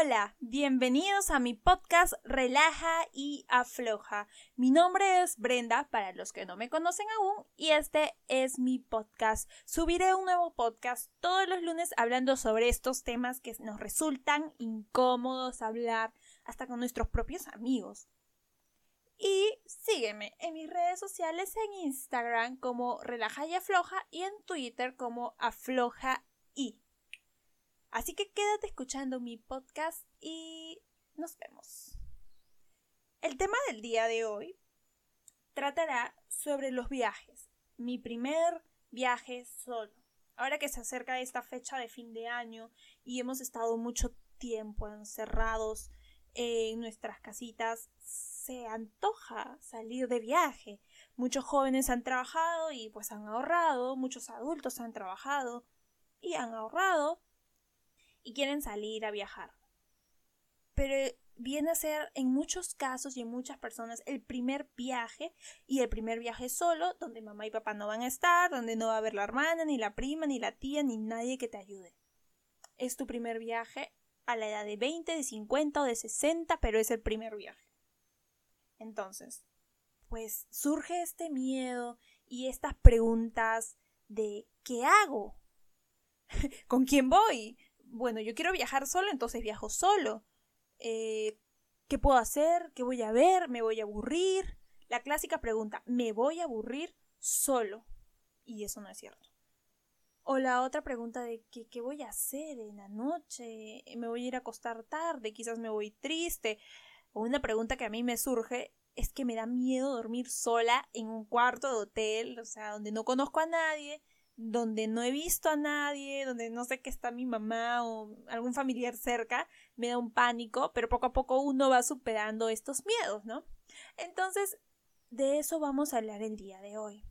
Hola, bienvenidos a mi podcast Relaja y Afloja. Mi nombre es Brenda, para los que no me conocen aún, y este es mi podcast. Subiré un nuevo podcast todos los lunes hablando sobre estos temas que nos resultan incómodos hablar hasta con nuestros propios amigos. Y sígueme en mis redes sociales en Instagram como Relaja y Afloja y en Twitter como Afloja y. Así que quédate escuchando mi podcast y nos vemos. El tema del día de hoy tratará sobre los viajes. Mi primer viaje solo. Ahora que se acerca esta fecha de fin de año y hemos estado mucho tiempo encerrados en nuestras casitas, se antoja salir de viaje. Muchos jóvenes han trabajado y pues han ahorrado, muchos adultos han trabajado y han ahorrado y quieren salir a viajar. Pero viene a ser en muchos casos y en muchas personas el primer viaje y el primer viaje solo, donde mamá y papá no van a estar, donde no va a haber la hermana, ni la prima, ni la tía, ni nadie que te ayude. Es tu primer viaje a la edad de 20, de 50 o de 60, pero es el primer viaje. Entonces, pues surge este miedo y estas preguntas de ¿qué hago? ¿Con quién voy? Bueno, yo quiero viajar solo, entonces viajo solo. ¿Qué puedo hacer? ¿Qué voy a ver? ¿Me voy a aburrir? La clásica pregunta, ¿me voy a aburrir solo? Y eso no es cierto. O la otra pregunta de ¿qué voy a hacer en la noche? ¿Me voy a ir a acostar tarde? Quizás me voy triste. O una pregunta que a mí me surge es que me da miedo dormir sola en un cuarto de hotel, o sea, donde no conozco a nadie, donde no he visto a nadie, donde no sé que está mi mamá o algún familiar cerca, me da un pánico, pero poco a poco uno va superando estos miedos, ¿no? Entonces, de eso vamos a hablar el día de hoy.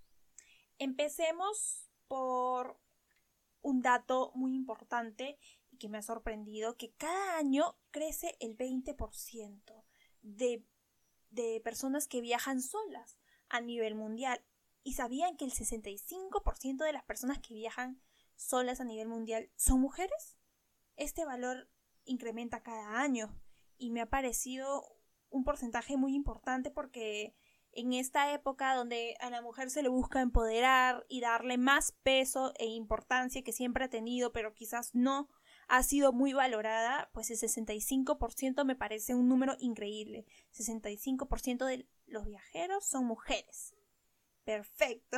Empecemos por un dato muy importante y que me ha sorprendido, que cada año crece el 20% de personas que viajan solas a nivel mundial. ¿Y sabían que el 65% de las personas que viajan solas a nivel mundial son mujeres? Este valor incrementa cada año y me ha parecido un porcentaje muy importante porque en esta época donde a la mujer se le busca empoderar y darle más peso e importancia que siempre ha tenido, pero quizás no ha sido muy valorada, pues el 65% me parece un número increíble. 65% de los viajeros son mujeres. Perfecto.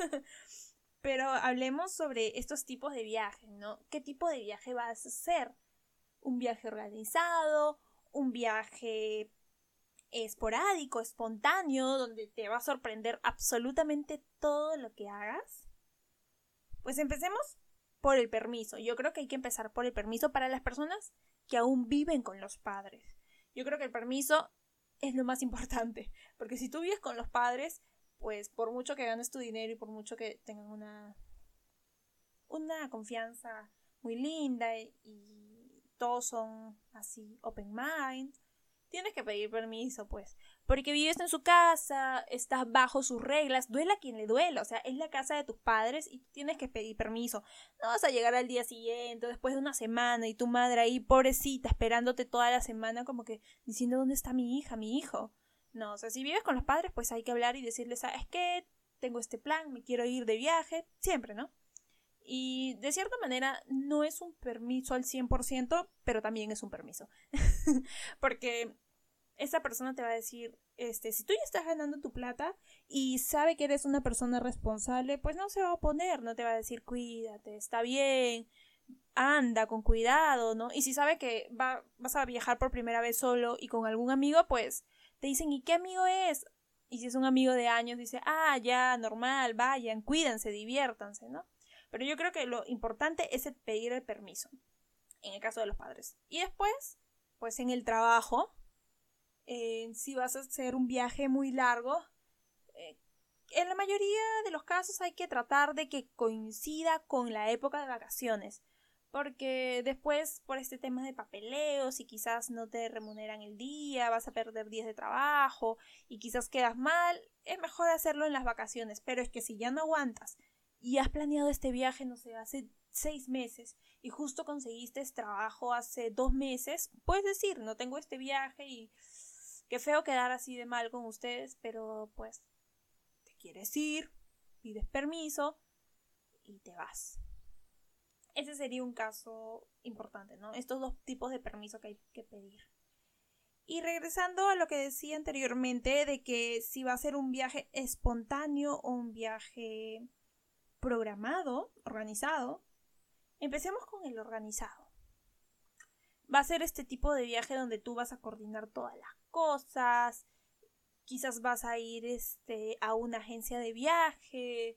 Pero hablemos sobre estos tipos de viajes, ¿no? ¿Qué tipo de viaje vas a hacer? ¿Un viaje organizado? ¿Un viaje esporádico, espontáneo, donde te va a sorprender absolutamente todo lo que hagas? Pues empecemos por el permiso. Yo creo que hay que empezar por el permiso para las personas que aún viven con los padres. Yo creo que el permiso es lo más importante, porque si tú vives con los padres, pues por mucho que ganes tu dinero y por mucho que tengan una confianza muy linda y todos son así open mind, tienes que pedir permiso, pues, porque vives en su casa, estás bajo sus reglas, duela a quien le duela, o sea, es la casa de tus padres y tienes que pedir permiso. No vas a llegar al día siguiente, después de una semana, y tu madre ahí, pobrecita, esperándote toda la semana como que diciendo ¿dónde está mi hija, mi hijo? No, o sea, si vives con los padres, pues hay que hablar y decirles, ¿sabes qué? Tengo este plan, me quiero ir de viaje, siempre, ¿no? Y de cierta manera no es un permiso al 100%, pero también es un permiso. Porque esa persona te va a decir, si tú ya estás ganando tu plata y sabe que eres una persona responsable, pues no se va a oponer, no te va a decir, cuídate, está bien, anda con cuidado, ¿no? Y si sabe que vas a viajar por primera vez solo y con algún amigo, pues te dicen, ¿y qué amigo es? Y si es un amigo de años, dice, ya, normal, vayan, cuídense, diviértanse, ¿no? Pero yo creo que lo importante es pedir el permiso, en el caso de los padres. Y después, pues en el trabajo, si vas a hacer un viaje muy largo, en la mayoría de los casos hay que tratar de que coincida con la época de vacaciones, porque después por este tema de papeleos y quizás no te remuneran el día, vas a perder días de trabajo y quizás quedas mal, es mejor hacerlo en las vacaciones. Pero es que si ya no aguantas y has planeado este viaje, no sé, hace 6 meses y justo conseguiste trabajo hace 2 meses, puedes decir, no tengo este viaje y qué feo quedar así de mal con ustedes, pero pues te quieres ir, pides permiso y te vas. Ese sería un caso importante, ¿no? Estos dos tipos de permiso que hay que pedir. Y regresando a lo que decía anteriormente de que si va a ser un viaje espontáneo o un viaje programado, organizado, empecemos con el organizado. Va a ser este tipo de viaje donde tú vas a coordinar todas las cosas, quizás vas a ir a una agencia de viaje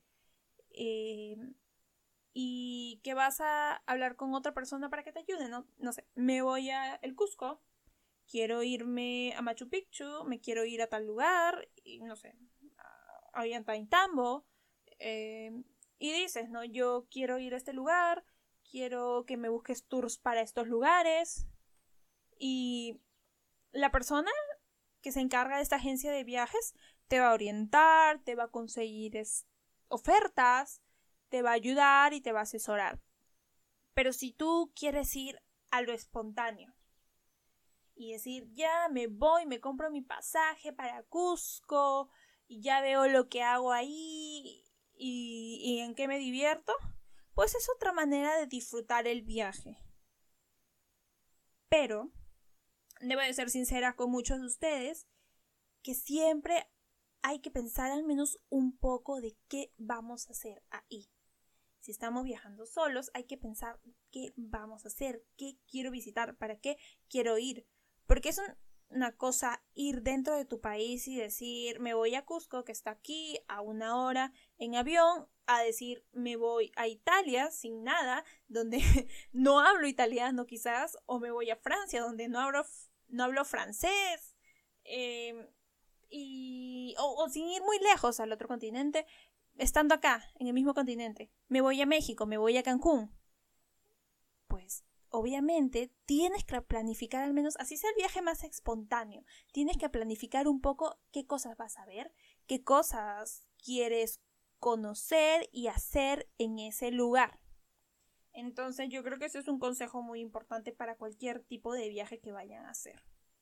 y que vas a hablar con otra persona para que te ayude, ¿no? No sé, me voy a el Cusco, quiero irme a Machu Picchu, me quiero ir a tal lugar, y no sé, a Ollantaytambo, y dices, ¿no? Yo quiero ir a este lugar, quiero que me busques tours para estos lugares, y la persona que se encarga de esta agencia de viajes te va a orientar, te va a conseguir ofertas, te va a ayudar y te va a asesorar. Pero si tú quieres ir a lo espontáneo y decir, ya me voy, me compro mi pasaje para Cusco y ya veo lo que hago ahí y en qué me divierto, pues es otra manera de disfrutar el viaje. Pero debo de ser sincera con muchos de ustedes que siempre hay que pensar al menos un poco de qué vamos a hacer ahí. Si estamos viajando solos, hay que pensar qué vamos a hacer, qué quiero visitar, para qué quiero ir. Porque es una cosa ir dentro de tu país y decir, me voy a Cusco, que está aquí a 1 hora en avión, a decir, me voy a Italia sin nada, donde no hablo italiano quizás, o me voy a Francia, donde no hablo francés, o sin ir muy lejos al otro continente, estando acá, en el mismo continente. Me voy a México, me voy a Cancún. Pues obviamente tienes que planificar al menos, así sea el viaje más espontáneo, tienes que planificar un poco qué cosas vas a ver, qué cosas quieres conocer y hacer en ese lugar. Entonces yo creo que ese es un consejo muy importante para cualquier tipo de viaje que vayan a hacer.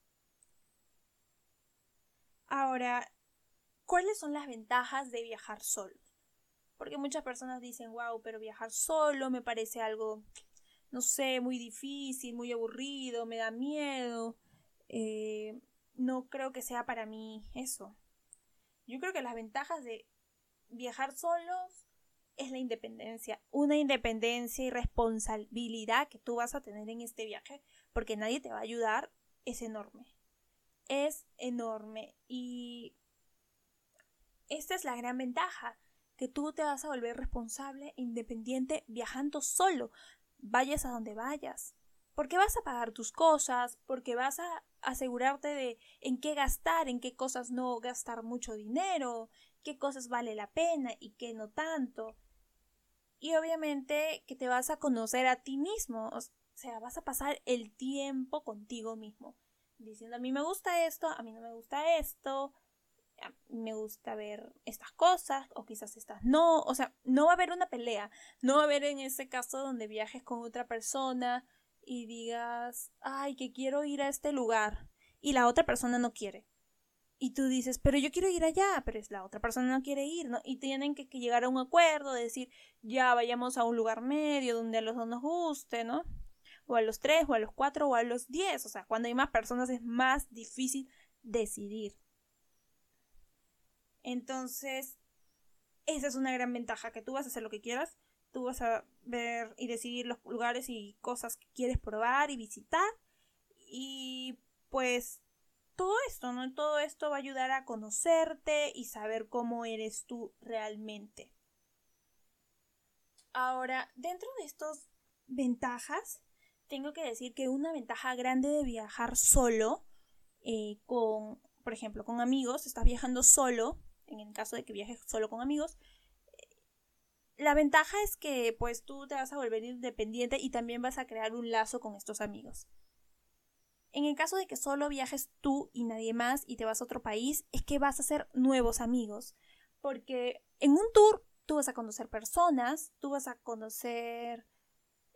Ahora, ¿cuáles son las ventajas de viajar solo? Porque muchas personas dicen, wow, pero viajar solo me parece algo, no sé, muy difícil, muy aburrido, me da miedo. No creo que sea para mí eso. Yo creo que las ventajas de viajar solos es la independencia. Una independencia y responsabilidad que tú vas a tener en este viaje, porque nadie te va a ayudar, es enorme. Es enorme. Y esta es la gran ventaja, que tú te vas a volver responsable, independiente, viajando solo, vayas a donde vayas. Porque vas a pagar tus cosas, porque vas a asegurarte de en qué gastar, en qué cosas no gastar mucho dinero, qué cosas vale la pena y qué no tanto. Y obviamente que te vas a conocer a ti mismo, o sea, vas a pasar el tiempo contigo mismo, diciendo a mí me gusta esto, a mí no me gusta esto, me gusta ver estas cosas o quizás estas no, o sea, no va a haber una pelea, no va a haber en ese caso donde viajes con otra persona y digas, ay, que quiero ir a este lugar y la otra persona no quiere. Y tú dices, pero yo quiero ir allá, pero la otra persona no quiere ir, ¿no? Y tienen que llegar a un acuerdo, de decir, ya vayamos a un lugar medio donde a los dos nos guste, ¿no? O a los 3, o a los 4, o a los 10. O sea, cuando hay más personas es más difícil decidir. Entonces, esa es una gran ventaja, que tú vas a hacer lo que quieras, tú vas a ver y decidir los lugares y cosas que quieres probar y visitar. Y pues todo esto, ¿no? Todo esto va a ayudar a conocerte y saber cómo eres tú realmente. Ahora, dentro de estas ventajas, tengo que decir que una ventaja grande de viajar solo, por ejemplo, con amigos, estás viajando solo, en el caso de que viajes solo con amigos, la ventaja es que pues tú te vas a volver independiente y también vas a crear un lazo con estos amigos. En el caso de que solo viajes tú y nadie más y te vas a otro país, es que vas a hacer nuevos amigos. Porque en un tour tú vas a conocer personas, tú vas a conocer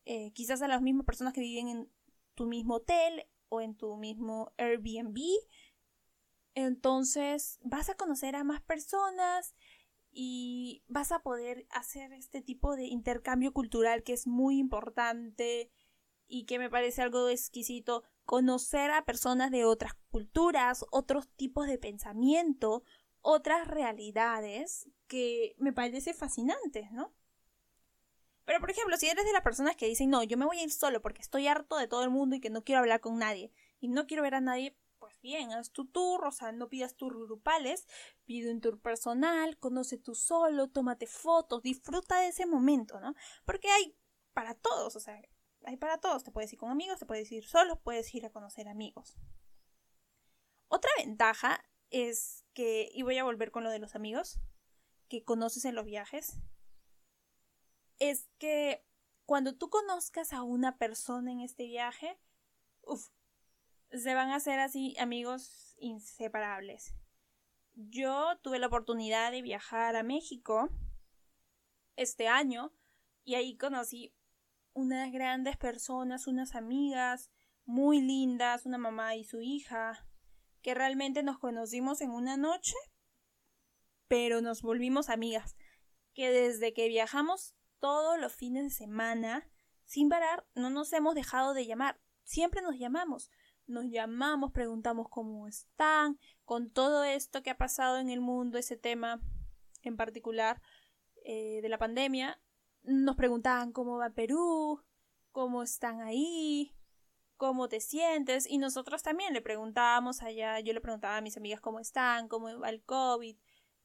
quizás a las mismas personas que viven en tu mismo hotel o en tu mismo Airbnb. Entonces vas a conocer a más personas y vas a poder hacer este tipo de intercambio cultural que es muy importante y que me parece algo exquisito, conocer a personas de otras culturas, otros tipos de pensamiento, otras realidades que me parece fascinantes, ¿no? Pero por ejemplo, si eres de las personas que dicen, no, yo me voy a ir solo porque estoy harto de todo el mundo y que no quiero hablar con nadie y no quiero ver a nadie, pues bien, haz tu tour, o sea, no pidas tours grupales, pide un tour personal, conoce tú solo, tómate fotos, disfruta de ese momento, ¿no? Porque hay para todos, o sea, hay para todos, te puedes ir con amigos, te puedes ir solo, puedes ir a conocer amigos. Otra ventaja es que, y voy a volver con lo de los amigos, que conoces en los viajes, es que cuando tú conozcas a una persona en este viaje, se van a hacer así amigos inseparables. Yo tuve la oportunidad de viajar a México este año y ahí conocí unas grandes personas, unas amigas muy lindas, una mamá y su hija, que realmente nos conocimos en una noche, pero nos volvimos amigas, que desde que viajamos todos los fines de semana, sin parar, no nos hemos dejado de llamar, siempre nos llamamos, preguntamos cómo están, con todo esto que ha pasado en el mundo, ese tema en particular de la pandemia, nos preguntaban cómo va Perú, cómo están ahí, cómo te sientes, y nosotros también le preguntábamos allá, yo le preguntaba a mis amigas cómo están, cómo va el COVID,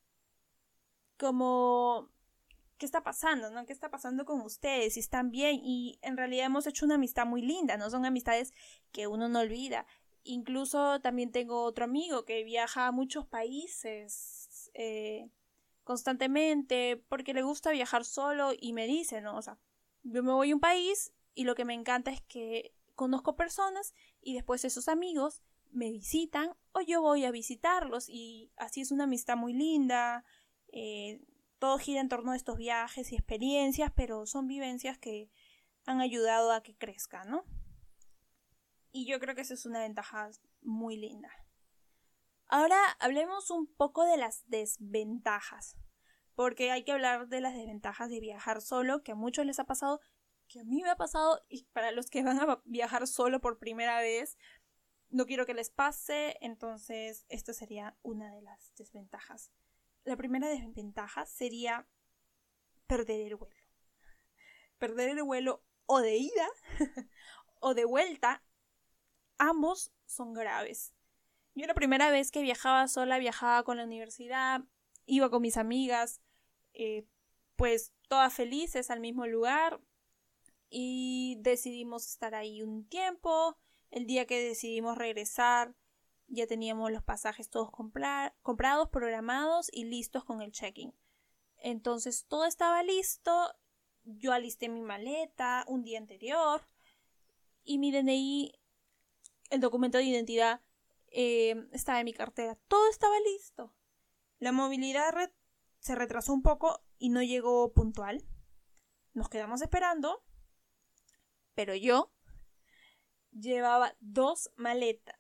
qué está pasando, ¿no? ¿Qué está pasando con ustedes? Si están bien, y en realidad hemos hecho una amistad muy linda, ¿no? Son amistades que uno no olvida. Incluso también tengo otro amigo que viaja a muchos países constantemente porque le gusta viajar solo y me dice, ¿no? O sea, yo me voy a un país y lo que me encanta es que conozco personas y después esos amigos me visitan o yo voy a visitarlos y así es una amistad muy linda. Todo gira en torno a estos viajes y experiencias, pero son vivencias que han ayudado a que crezca, ¿no? Y yo creo que esa es una ventaja muy linda. Ahora hablemos un poco de las desventajas, porque hay que hablar de las desventajas de viajar solo, que a muchos les ha pasado, que a mí me ha pasado, y para los que van a viajar solo por primera vez, no quiero que les pase, entonces esta sería una de las desventajas. La primera desventaja sería perder el vuelo. Perder el vuelo o de ida o de vuelta, ambos son graves. Yo la primera vez que viajaba sola, viajaba con la universidad, iba con mis amigas, pues todas felices al mismo lugar y decidimos estar ahí un tiempo. El día que decidimos regresar ya teníamos los pasajes todos comprados, programados y listos con el check-in. Entonces todo estaba listo, yo alisté mi maleta un día anterior y mi DNI, el documento de identidad, estaba en mi cartera. Todo estaba listo. La movilidad se retrasó un poco y no llegó puntual. Nos quedamos esperando, pero yo llevaba 2 maletas.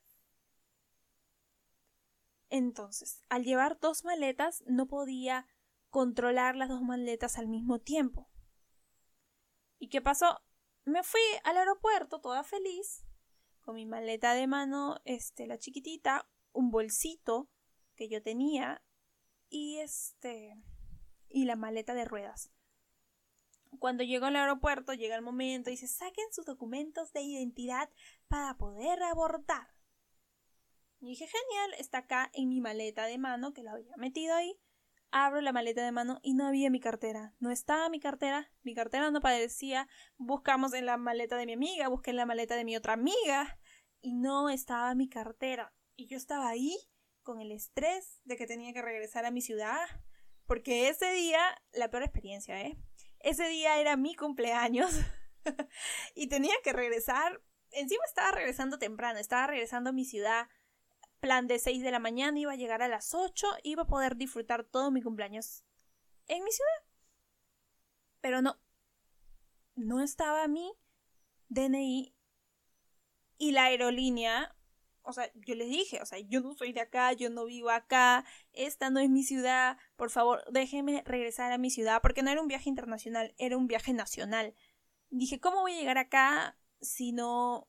Entonces, al llevar 2 maletas, no podía controlar las 2 maletas al mismo tiempo. ¿Y qué pasó? Me fui al aeropuerto toda feliz, con mi maleta de mano, la chiquitita, un bolsito que yo tenía y la maleta de ruedas. Cuando llego al aeropuerto, llega el momento y dice, saquen sus documentos de identidad para poder abordar. Y dije, genial, está acá en mi maleta de mano, que la había metido ahí. Abro la maleta de mano y no había mi cartera. No estaba mi cartera no aparecía. Buscamos en la maleta de mi amiga, busqué en la maleta de mi otra amiga y no estaba mi cartera. Y yo estaba ahí con el estrés de que tenía que regresar a mi ciudad, porque ese día, la peor experiencia, ese día era mi cumpleaños y tenía que regresar. Encima estaba regresando temprano, estaba regresando a mi ciudad. Plan de 6 de la mañana, iba a llegar a las 8, iba a poder disfrutar todo mi cumpleaños en mi ciudad. Pero no estaba mi DNI y la aerolínea, o sea, yo les dije, o sea, yo no soy de acá, yo no vivo acá, esta no es mi ciudad, por favor, déjenme regresar a mi ciudad, porque no era un viaje internacional, era un viaje nacional. Dije, ¿cómo voy a llegar acá si no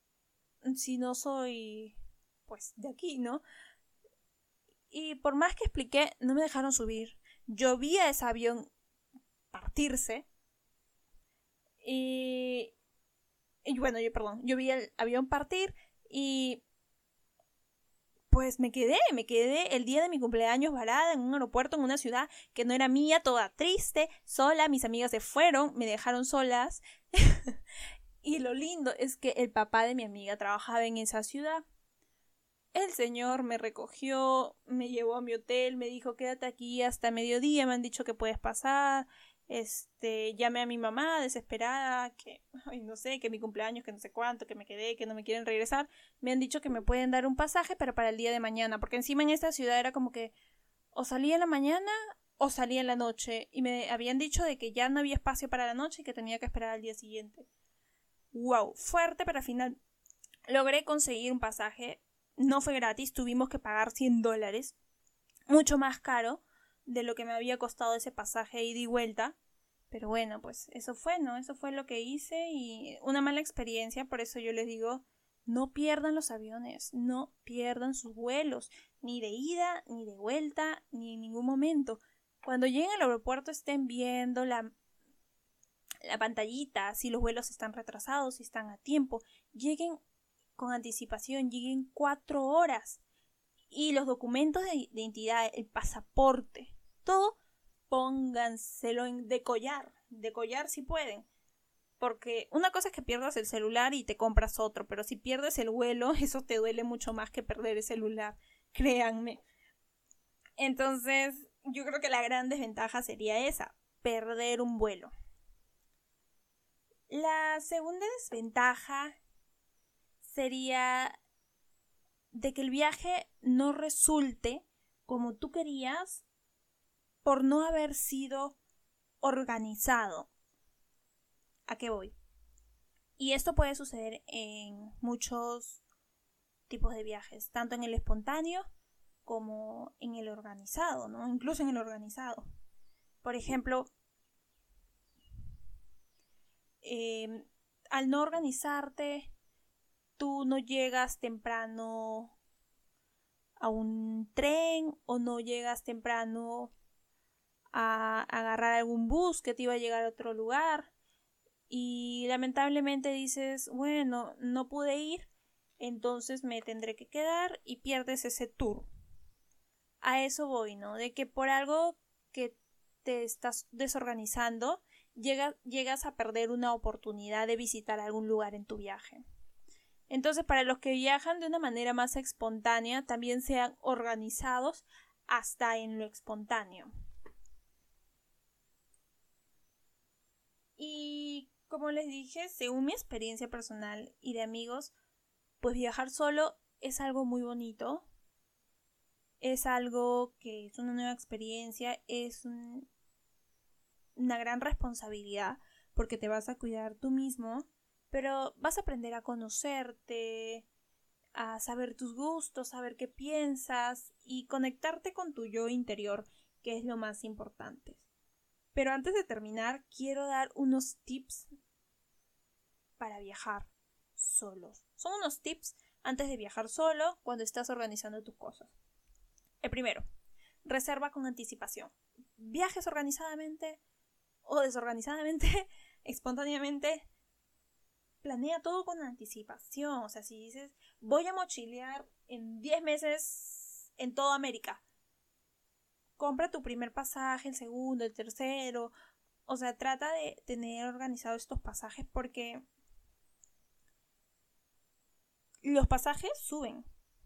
soy, pues, de aquí, ¿no? Y por más que expliqué, no me dejaron subir. Yo vi a ese avión partirse y bueno, yo vi el avión partir y pues me quedé el día de mi cumpleaños varada en un aeropuerto en una ciudad que no era mía, toda triste, sola, mis amigas se fueron, me dejaron solas. Y lo lindo es que el papá de mi amiga trabajaba en esa ciudad. El señor me recogió, me llevó a mi hotel, me dijo quédate aquí hasta mediodía, me han dicho que puedes pasar. Llamé a mi mamá desesperada, que, ay, no sé, que mi cumpleaños, que no sé cuánto, que me quedé, que no me quieren regresar. Me han dicho que me pueden dar un pasaje, pero para el día de mañana, porque encima en esta ciudad era como que o salía en la mañana o salía en la noche, y me habían dicho de que ya no había espacio para la noche y que tenía que esperar al día siguiente. Wow, fuerte, pero al final logré conseguir un pasaje. No fue gratis, tuvimos que pagar $100, mucho más caro de lo que me había costado ese pasaje ida y vuelta. Pero bueno, pues eso fue, ¿no? Eso fue lo que hice y una mala experiencia, por eso yo les digo, no pierdan los aviones, no pierdan sus vuelos, ni de ida, ni de vuelta, ni en ningún momento. Cuando lleguen al aeropuerto estén viendo la pantallita, si los vuelos están retrasados, si están a tiempo, lleguen con anticipación, lleguen 4 horas. Y los documentos de identidad, el pasaporte, todo pónganselo en decollar si pueden. Porque una cosa es que pierdas el celular y te compras otro, pero si pierdes el vuelo, eso te duele mucho más que perder el celular, créanme. Entonces, yo creo que la gran desventaja sería esa, perder un vuelo. La segunda desventaja sería de que el viaje no resulte como tú querías por no haber sido organizado. ¿A qué voy? Y esto puede suceder en muchos tipos de viajes, tanto en el espontáneo como en el organizado, ¿no? Incluso en el organizado. Por ejemplo, al no organizarte, tú no llegas temprano a un tren o no llegas temprano a agarrar algún bus que te iba a llegar a otro lugar y lamentablemente dices, bueno, no pude ir, entonces me tendré que quedar y pierdes ese tour. A eso voy, ¿no? De que por algo que te estás desorganizando, llegas a perder una oportunidad de visitar algún lugar en tu viaje. Entonces, para los que viajan de una manera más espontánea, también sean organizados hasta en lo espontáneo. Y como les dije, según mi experiencia personal y de amigos, pues viajar solo es algo muy bonito. Es algo que es una nueva experiencia, es una gran responsabilidad porque te vas a cuidar tú mismo, pero vas a aprender a conocerte, a saber tus gustos, saber qué piensas y conectarte con tu yo interior, que es lo más importante. Pero antes de terminar, quiero dar unos tips para viajar solos. Son unos tips antes de viajar solo cuando estás organizando tus cosas. El primero, reserva con anticipación. Viajes organizadamente o desorganizadamente, espontáneamente, planea todo con anticipación. O sea, si dices, voy a mochilear en 10 meses en toda América, compra tu primer pasaje, el segundo, el tercero. O sea, trata de tener organizados estos pasajes porque los pasajes suben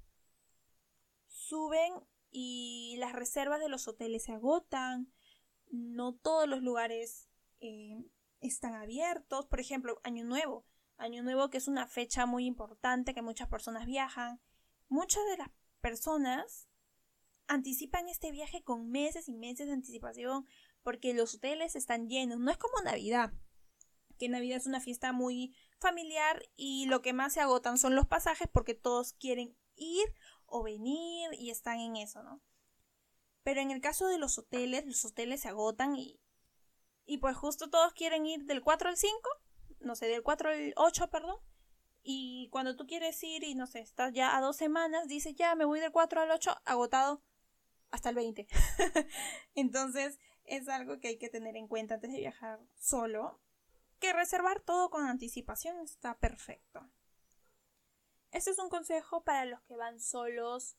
y las reservas de los hoteles se agotan. No todos los lugares están abiertos. Por ejemplo, Año Nuevo, que es una fecha muy importante que muchas personas viajan. Muchas de las personas anticipan este viaje con meses y meses de anticipación porque los hoteles están llenos. No es como Navidad, que Navidad es una fiesta muy familiar y lo que más se agotan son los pasajes porque todos quieren ir o venir y están en eso, ¿no? Pero en el caso de los hoteles se agotan y pues justo todos quieren ir del 4 al 5, no sé, del 4 al 8, perdón. Y cuando tú quieres ir y no sé, estás ya a 2 semanas, dices ya me voy del 4 al 8, agotado hasta el 20. Entonces es algo que hay que tener en cuenta antes de viajar solo, que reservar todo con anticipación está perfecto. Este es un consejo para los que van solos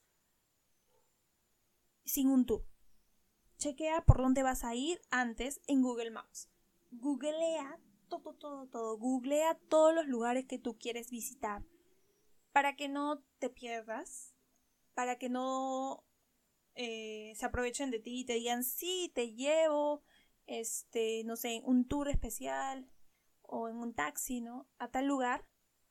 sin un tour. Chequea por dónde vas a ir antes en Google Maps. Googlea todo. Googlea todos los lugares que tú quieres visitar para que no te pierdas, para que no se aprovechen de ti y te digan sí, te llevo, no sé, un tour especial o en un taxi, ¿no? A tal lugar.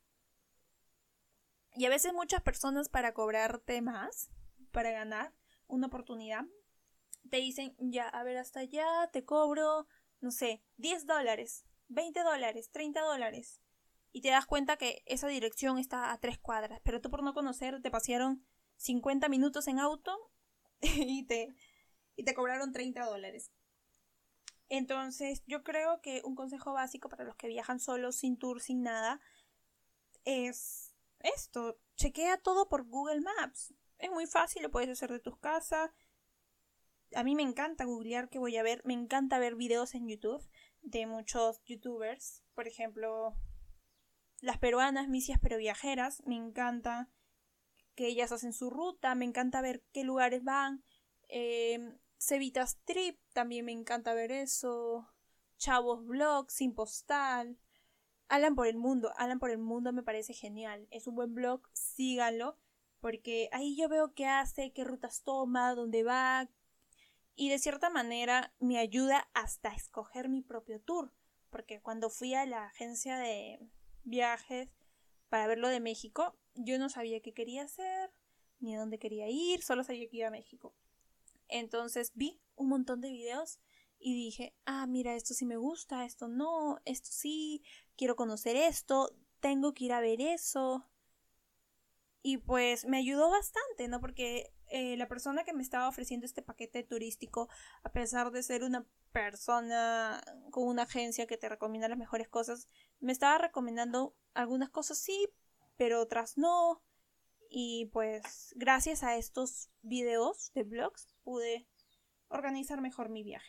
Y a veces muchas personas para cobrarte más, para ganar una oportunidad, te dicen, ya, a ver, hasta allá te cobro, no sé, $10, $20, $30. Y te das cuenta que esa dirección está a 3 cuadras, pero tú por no conocer te pasearon 50 minutos en auto y te cobraron $30. Entonces, yo creo que un consejo básico para los que viajan solos, sin tour, sin nada, es esto. Chequea todo por Google Maps. Es muy fácil, lo puedes hacer de tus casas. A mí me encanta googlear qué voy a ver. Me encanta ver videos en YouTube de muchos youtubers. Por ejemplo, las peruanas Misias pero viajeras. Me encanta que ellas hacen su ruta. Me encanta ver qué lugares van. Cevitas Trip, también me encanta ver eso. Chavos Vlog, Sin Postal. Alan por el Mundo me parece genial. Es un buen blog, síganlo. Porque ahí yo veo qué hace, qué rutas toma, dónde va. Y de cierta manera me ayuda hasta a escoger mi propio tour. Porque cuando fui a la agencia de viajes para ver lo de México, yo no sabía qué quería hacer, ni a dónde quería ir, solo sabía que iba a México. Entonces vi un montón de videos y dije, mira, esto sí me gusta, esto no, esto sí, quiero conocer esto, tengo que ir a ver eso. Y pues me ayudó bastante, ¿no? Porque la persona que me estaba ofreciendo este paquete turístico, a pesar de ser una persona con una agencia que te recomienda las mejores cosas, me estaba recomendando algunas cosas sí, pero otras no. Y pues gracias a estos videos de vlogs pude organizar mejor mi viaje.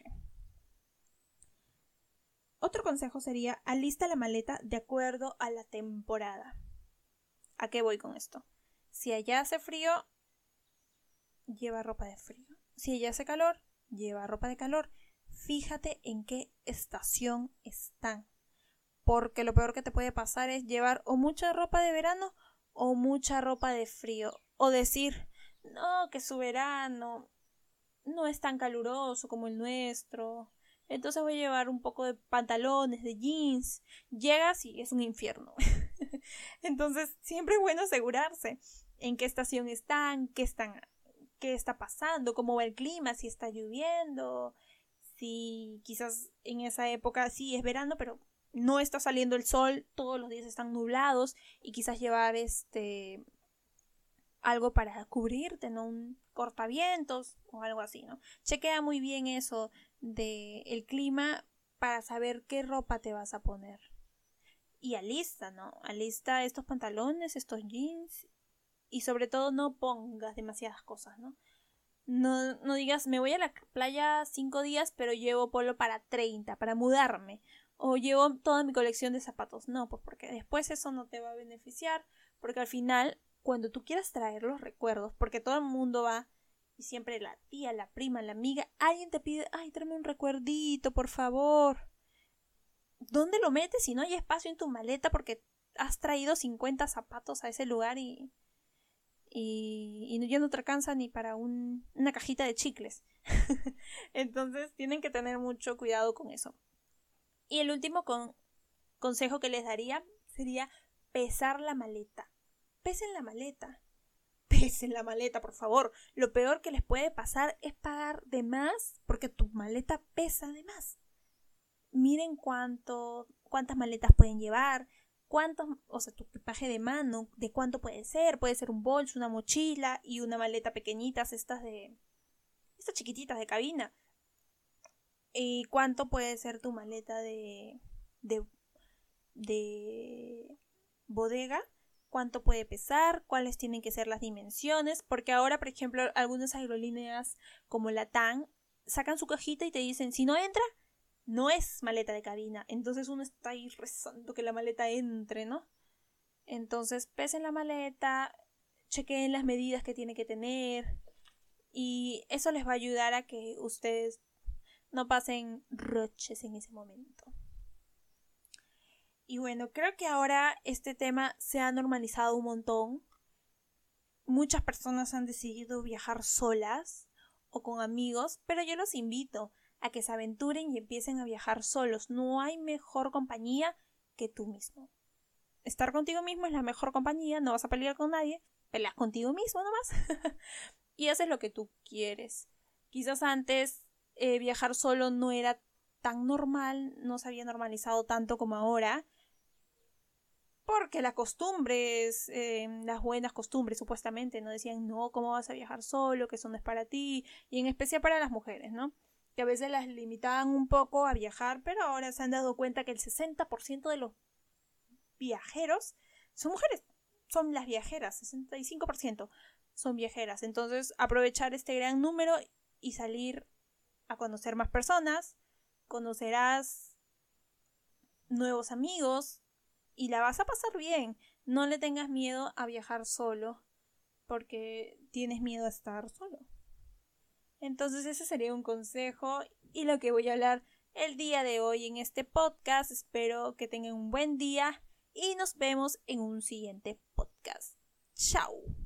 Otro consejo sería alista la maleta de acuerdo a la temporada. ¿A qué voy con esto? Si allá hace frío, lleva ropa de frío. Si allá hace calor, lleva ropa de calor. Fíjate en qué estación están. Porque lo peor que te puede pasar es llevar o mucha ropa de verano o mucha ropa de frío. O decir, no, que su verano no es tan caluroso como el nuestro. Entonces voy a llevar un poco de pantalones, de jeans. Llegas y es un infierno. Entonces siempre es bueno asegurarse en qué estación están, qué está pasando, cómo va el clima, si está lloviendo, si quizás en esa época sí es verano, pero no está saliendo el sol, todos los días están nublados y quizás llevar algo para cubrirte, ¿no? Un cortavientos o algo así, ¿no? Chequea muy bien eso del clima para saber qué ropa te vas a poner. Y alista, ¿no? Alista estos pantalones, estos jeans y sobre todo no pongas demasiadas cosas, ¿no? No digas, me voy a la playa 5 días, pero llevo polo para 30, para mudarme. O llevo toda mi colección de zapatos. No, pues porque después eso no te va a beneficiar. Porque al final, cuando tú quieras traer los recuerdos, porque todo el mundo va, y siempre la tía, la prima, la amiga, alguien te pide, ay, tráeme un recuerdito, por favor. ¿Dónde lo metes si no hay espacio en tu maleta porque has traído 50 zapatos a ese lugar y ya no te alcanza ni para una cajita de chicles? Entonces tienen que tener mucho cuidado con eso. Y el último consejo que les daría sería pesar la maleta. Pesen la maleta. Pesen la maleta, por favor. Lo peor que les puede pasar es pagar de más porque tu maleta pesa de más. Miren cuántas maletas pueden llevar. tu equipaje de mano, de cuánto puede ser un bolso, una mochila y una maleta pequeñitas, estas chiquititas de cabina. ¿Y cuánto puede ser tu maleta de bodega? ¿Cuánto puede pesar? ¿Cuáles tienen que ser las dimensiones? Porque ahora, por ejemplo, algunas aerolíneas como LATAM sacan su cajita y te dicen, si no entra, no es maleta de cabina. Entonces uno está ahí rezando que la maleta entre, ¿no? Entonces pesen la maleta, chequeen las medidas que tiene que tener y eso les va a ayudar a que ustedes no pasen roches en ese momento. Y bueno, creo que ahora este tema se ha normalizado un montón. Muchas personas han decidido viajar solas o con amigos, pero yo los invito a que se aventuren y empiecen a viajar solos. No hay mejor compañía que tú mismo. Estar contigo mismo es la mejor compañía, no vas a pelear con nadie, peleas contigo mismo nomás. Y haces lo que tú quieres. Quizás antes viajar solo no era tan normal, no se había normalizado tanto como ahora. Porque las costumbres, las buenas costumbres supuestamente, no decían, no, ¿cómo vas a viajar solo? Que eso no es para ti. Y en especial para las mujeres, ¿no? Que a veces las limitaban un poco a viajar, pero ahora se han dado cuenta que el 60% de los viajeros son mujeres. Son las viajeras, 65% son viajeras. Entonces, aprovechar este gran número y salir a conocer más personas. Conocerás nuevos amigos. Y la vas a pasar bien. No le tengas miedo a viajar solo. Porque tienes miedo a estar solo. Entonces ese sería un consejo. Y lo que voy a hablar el día de hoy en este podcast. Espero que tengan un buen día. Y nos vemos en un siguiente podcast. ¡Chao!